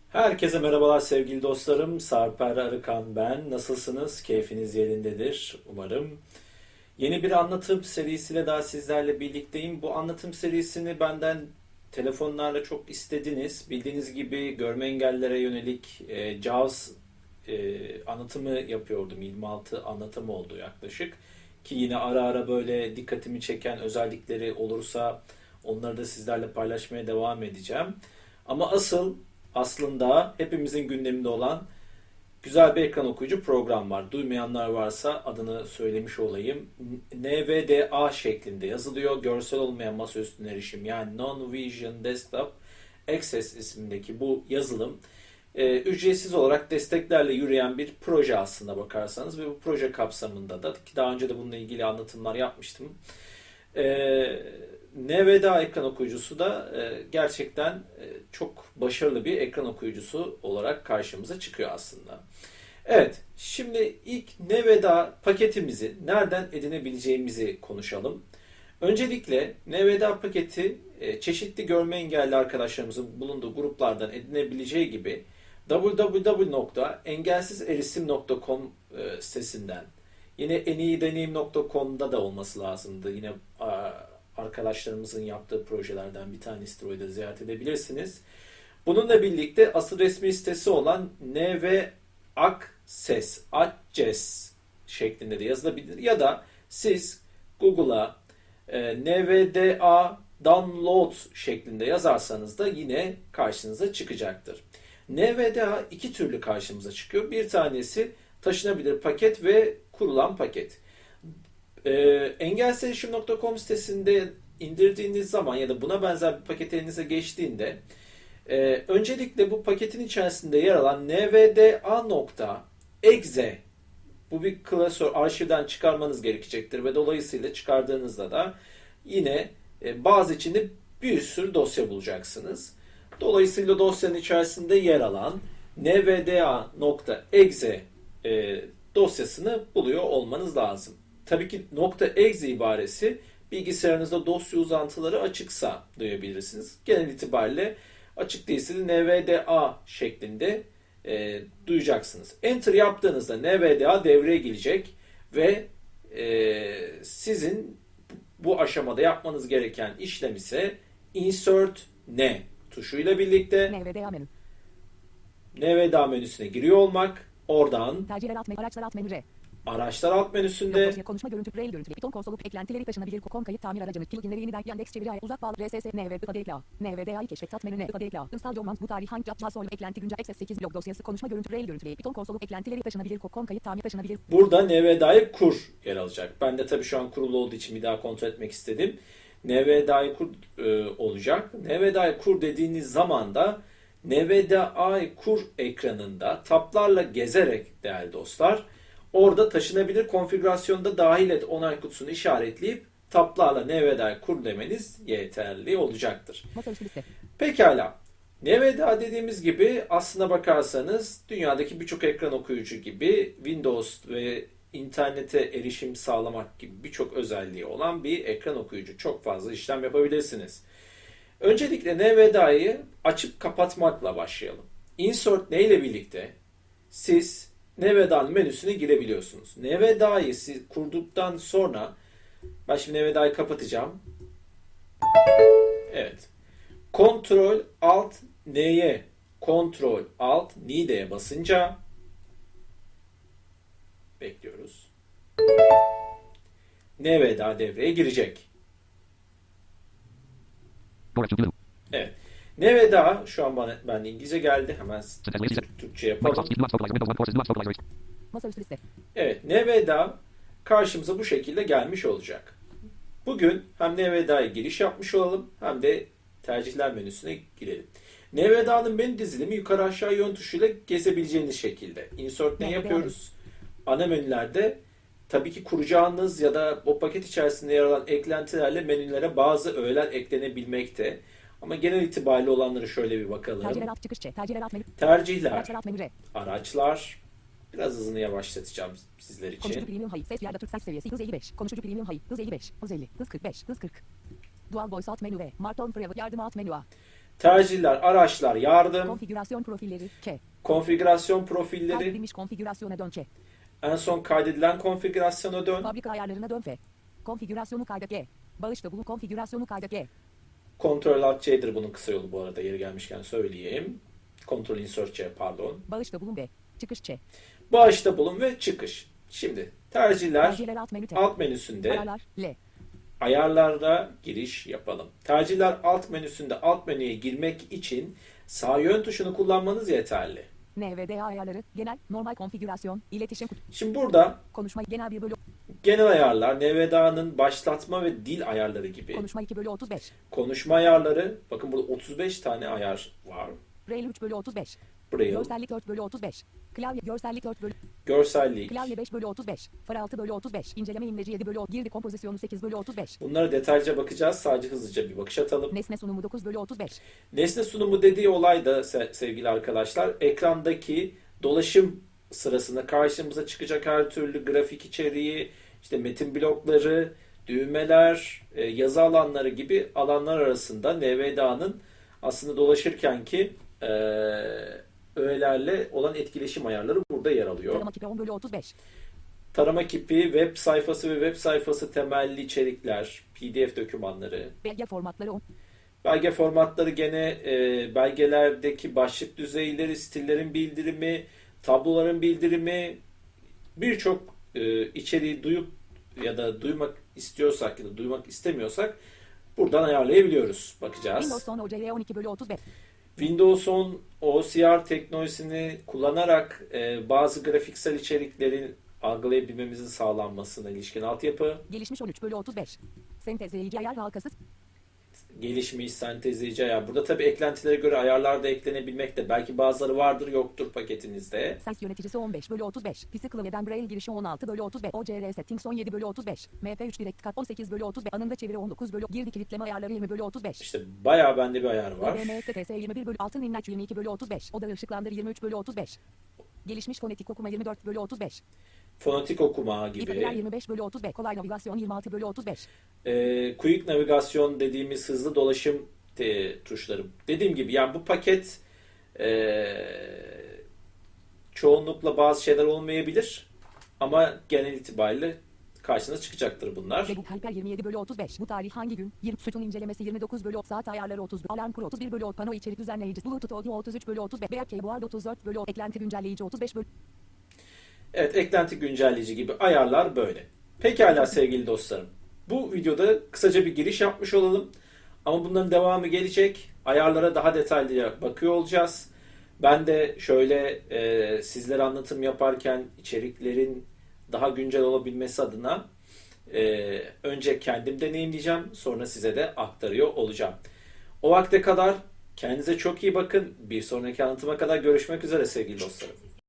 Herkese merhabalar sevgili dostlarım. Sarper Arıkan ben. Nasılsınız? Keyfiniz yerindedir umarım. Yeni bir anlatım serisiyle daha sizlerle birlikteyim. Bu anlatım serisini benden telefonlarla çok istediniz. Bildiğiniz gibi görme engellilere yönelik JAWS anlatımı yapıyordum. 26 anlatım oldu yaklaşık. Ki yine ara ara böyle dikkatimi çeken özellikleri olursa onları da sizlerle paylaşmaya devam edeceğim. Ama aslında hepimizin gündeminde olan güzel bir ekran okuyucu program var. Duymayanlar varsa adını söylemiş olayım. NVDA şeklinde yazılıyor. Görsel olmayan masaüstü erişim, yani Non-Vision Desktop Access ismindeki bu yazılım ücretsiz olarak desteklerle yürüyen bir proje aslında bakarsanız ve bu proje kapsamında da ki daha önce de bununla ilgili anlatımlar yapmıştım. NVDA ekran okuyucusu da gerçekten çok başarılı bir ekran okuyucusu olarak karşımıza çıkıyor aslında. Evet, şimdi ilk NVDA paketimizi nereden edinebileceğimizi konuşalım. Öncelikle NVDA paketi çeşitli görme engelli arkadaşlarımızın bulunduğu gruplardan edinebileceği gibi www.engelsizerişim.com sitesinden, yine eniyideneyim.com'da da olması lazımdı. Yine arkadaşlarımızın yaptığı projelerden bir tanesidir, orayı da ziyaret edebilirsiniz. Bununla birlikte asıl resmi sitesi olan NVAccess şeklinde de yazılabilir. Ya da siz Google'a NVDA download şeklinde yazarsanız da yine karşınıza çıkacaktır. NVDA iki türlü karşımıza çıkıyor. Bir tanesi taşınabilir paket ve kurulan paket. Engelsizerişim.com sitesinde indirdiğiniz zaman ya da buna benzer bir paket elinize geçtiğinde öncelikle bu paketin içerisinde yer alan nvda.exe, bu bir klasör, arşivden çıkarmanız gerekecektir ve dolayısıyla çıkardığınızda da yine bazı içinde bir sürü dosya bulacaksınız. Dolayısıyla dosyanın içerisinde yer alan nvda.exe dosyasını buluyor olmanız lazım. Tabii ki .exe ibaresi bilgisayarınızda dosya uzantıları açıksa duyabilirsiniz. Genel itibariyle açık değilse de NVDA şeklinde duyacaksınız. Enter yaptığınızda NVDA devreye girecek ve sizin bu aşamada yapmanız gereken işlem ise Insert N tuşuyla birlikte NVDA menüsüne giriyor olmak. Oradan araçlar alt menü R. Araçlar alt menüsünde konuşma görüntü, braille görüntülü, Python konsolu, eklentileri taşınabilir, kom kayıt, tamir aracını, pluginleri yeniden, Yandex çeviri, uzak bağlı, RSS, NV, ifade NVDA'yı keşfet, tat menü, ifade install command, bu tarih, hangi JAWS, eklenti, güncel, access 8 blok dosyası, konuşma görüntü, braille görüntülü, Python konsolu, eklentileri taşınabilir, kom kayıt, tamir taşınabilir. Burada NVDA'yı kur yer alacak. Ben de tabii şu an kurulu olduğu için bir daha kontrol etmek istedim. NVDA'yı kur olacak. NVDA'yı kur dediğiniz zaman da NVDA'yı kur ekranında tablarla gezerek değerli dostlar, orada taşınabilir konfigürasyonda dahil et onay kutusunu işaretleyip tablarla NVDA'yı kur demeniz yeterli olacaktır. Pekala. NVDA dediğimiz gibi aslına bakarsanız dünyadaki birçok ekran okuyucu gibi Windows ve internete erişim sağlamak gibi birçok özelliği olan bir ekran okuyucu. Çok fazla işlem yapabilirsiniz. Öncelikle NVDA'yı açıp kapatmakla başlayalım. Insert N ile birlikte siz NVDA'nın menüsüne girebiliyorsunuz. NVDA'yı siz kurduktan sonra ben şimdi NVDA'yı kapatacağım. Evet. Ctrl Alt N'ye, Ctrl Alt Ni'ye basınca bekliyoruz. NVDA devreye girecek. Evet. NVDA şu an ben İngilizce geldi. Hemen Türkçe yapalım. Evet. NVDA karşımıza bu şekilde gelmiş olacak. Bugün hem NVDA'ya giriş yapmış olalım hem de tercihler menüsüne girelim. NVDA'nın menü dizilimi yukarı aşağı yön tuşuyla gezebileceğiniz şekilde. Insert ne yapıyoruz? Ana menülerde tabii ki kuracağınız ya da o paket içerisinde yer alan eklentilerle menülere bazı öğeler eklenebilmekte. Ama genel itibariyle olanları şöyle bir bakalım. Tercihler, araçlar. Biraz hızını yavaşlatacağım sizler için. Konuşucu premium hayır, ses yerde Türk ses seviyesi, hız 55. Konuşucu premium hayır, hız 55, hız 50, hız 45, hız 40. Dual voice alt menü ve Markdown Private yardım alt menü A. Tercihler, araçlar, yardım, Konfigürasyon profilleri. K. konfigürasyon profilleri, Kaydedilmiş konfigürasyona dön. K. en son kaydedilen konfigürasyona dön, Fabrika ayarlarına dön. F. Konfigürasyonu kaydet. G. Bağışta bulun konfigürasyonu kaydet. G. Ctrl Alt C'dir bunun kısa yolu bu arada, yeri gelmişken söyleyeyim. Ctrl Insert C, pardon. Bağışta bulun B. Çıkış Ç. Bağışta bulun ve çıkış. Şimdi tercihler Tercihler alt menü T. alt menüsünde Ayarlar L. ayarlarda giriş yapalım. Tercihler alt menüsünde alt menüye girmek için sağ yön tuşunu kullanmanız yeterli. NVDA ayarları. Genel. Normal konfigürasyon. İletişim. Şimdi burada Konuşma. Genel 1 bölü. genel ayarlar, NVDA'nın başlatma ve dil ayarları gibi. Konuşma 2 bölü 35. Konuşma ayarları, bakın burada 35 tane ayar var. Braille 3 bölü 35. Braille, Görsellik 4 bölü 35. Klavye görsellik 4 bölü. görsellik. Klavye 5 bölü 35. Far 6 bölü 35. İnceleme imleci 7 bölü 30. Girdi kompozisyonu 8 bölü 35. Bunlara detaylıca bakacağız. Sadece hızlıca bir bakış atalım. Nesne sunumu 9 bölü 35. Nesne sunumu dediği olay da sevgili arkadaşlar, ekrandaki dolaşım sırasında karşımıza çıkacak her türlü grafik içeriği, işte metin blokları, düğmeler, yazı alanları gibi alanlar arasında NVDA'nın aslında dolaşırkenki öğelerle olan etkileşim ayarları burada yer alıyor. Tarama kipi 10 bölü 35. Tarama kipi, web sayfası ve web sayfası temelli içerikler, PDF dokümanları. Belge formatları 10. Belge formatları gene belgelerdeki başlık düzeyleri, stillerin bildirimi, tabloların bildirimi, birçok içeriği duyup ya da duymak istiyorsak ya da duymak istemiyorsak buradan ayarlayabiliyoruz. Bakacağız. Windows 10 OCR 12 bölü 35. Windows 10 OCR teknolojisini kullanarak bazı grafiksel içeriklerin algılayabilmemizin sağlanmasına ilişkin altyapı, Gelişmiş 13 bölü 35. Sentezleyici ayar halkası. gelişmiş sentezleyici ayar. Burada tabii eklentilere göre ayarlar da eklenebilmekte. Belki bazıları vardır yoktur paketinizde. Ses yöneticisi 15 bölü 35. Pisi klavyeden Braille girişi 16 bölü 35. OCR settings 17 bölü 35. MP3 direkt kat 18 bölü 35. Anında çeviri 19 bölü. Girdi kilitleme ayarları 20 bölü 35. İşte bayağı bende bir ayar var. OBMTTS 21 bölü. Altın inlaç 22 bölü 35. Oda ışıklandır 23 bölü 35. Gelişmiş fonetik okuma 24 bölü 35. Fonetik okuma İfadeler gibi. 25 bölü 35. Kolay navigasyon 26 bölü 35. Quick navigasyon dediğimiz hızlı dolaşım tuşları. Dediğim gibi yani bu paket çoğunlukla bazı şeyler olmayabilir ama genel itibariyle karşınıza çıkacaktır bunlar. Webbook Helper 27 bölü 35. Bu tarih hangi gün? 20. Sütun incelemesi 29 bölü 30. Saat ayarları 30. Alarm Pro 31 bölü 30. Pano içerik düzenleyici. Bluetooth Audio 33 bölü 35. BRK Keyboard 34 bölü 30. Eklenti güncelleyici 35 bölü. Evet, eklenti güncelleyici gibi ayarlar böyle. Pekala sevgili dostlarım. Bu videoda kısaca bir giriş yapmış olalım. Ama bunların devamı gelecek. Ayarlara daha detaylıca bakıyor olacağız. Ben de şöyle sizlere anlatım yaparken içeriklerin daha güncel olabilmesi adına önce kendim deneyimleyeceğim. Sonra size de aktarıyor olacağım. O vakte kadar kendinize çok iyi bakın. Bir sonraki anlatıma kadar görüşmek üzere sevgili dostlarım.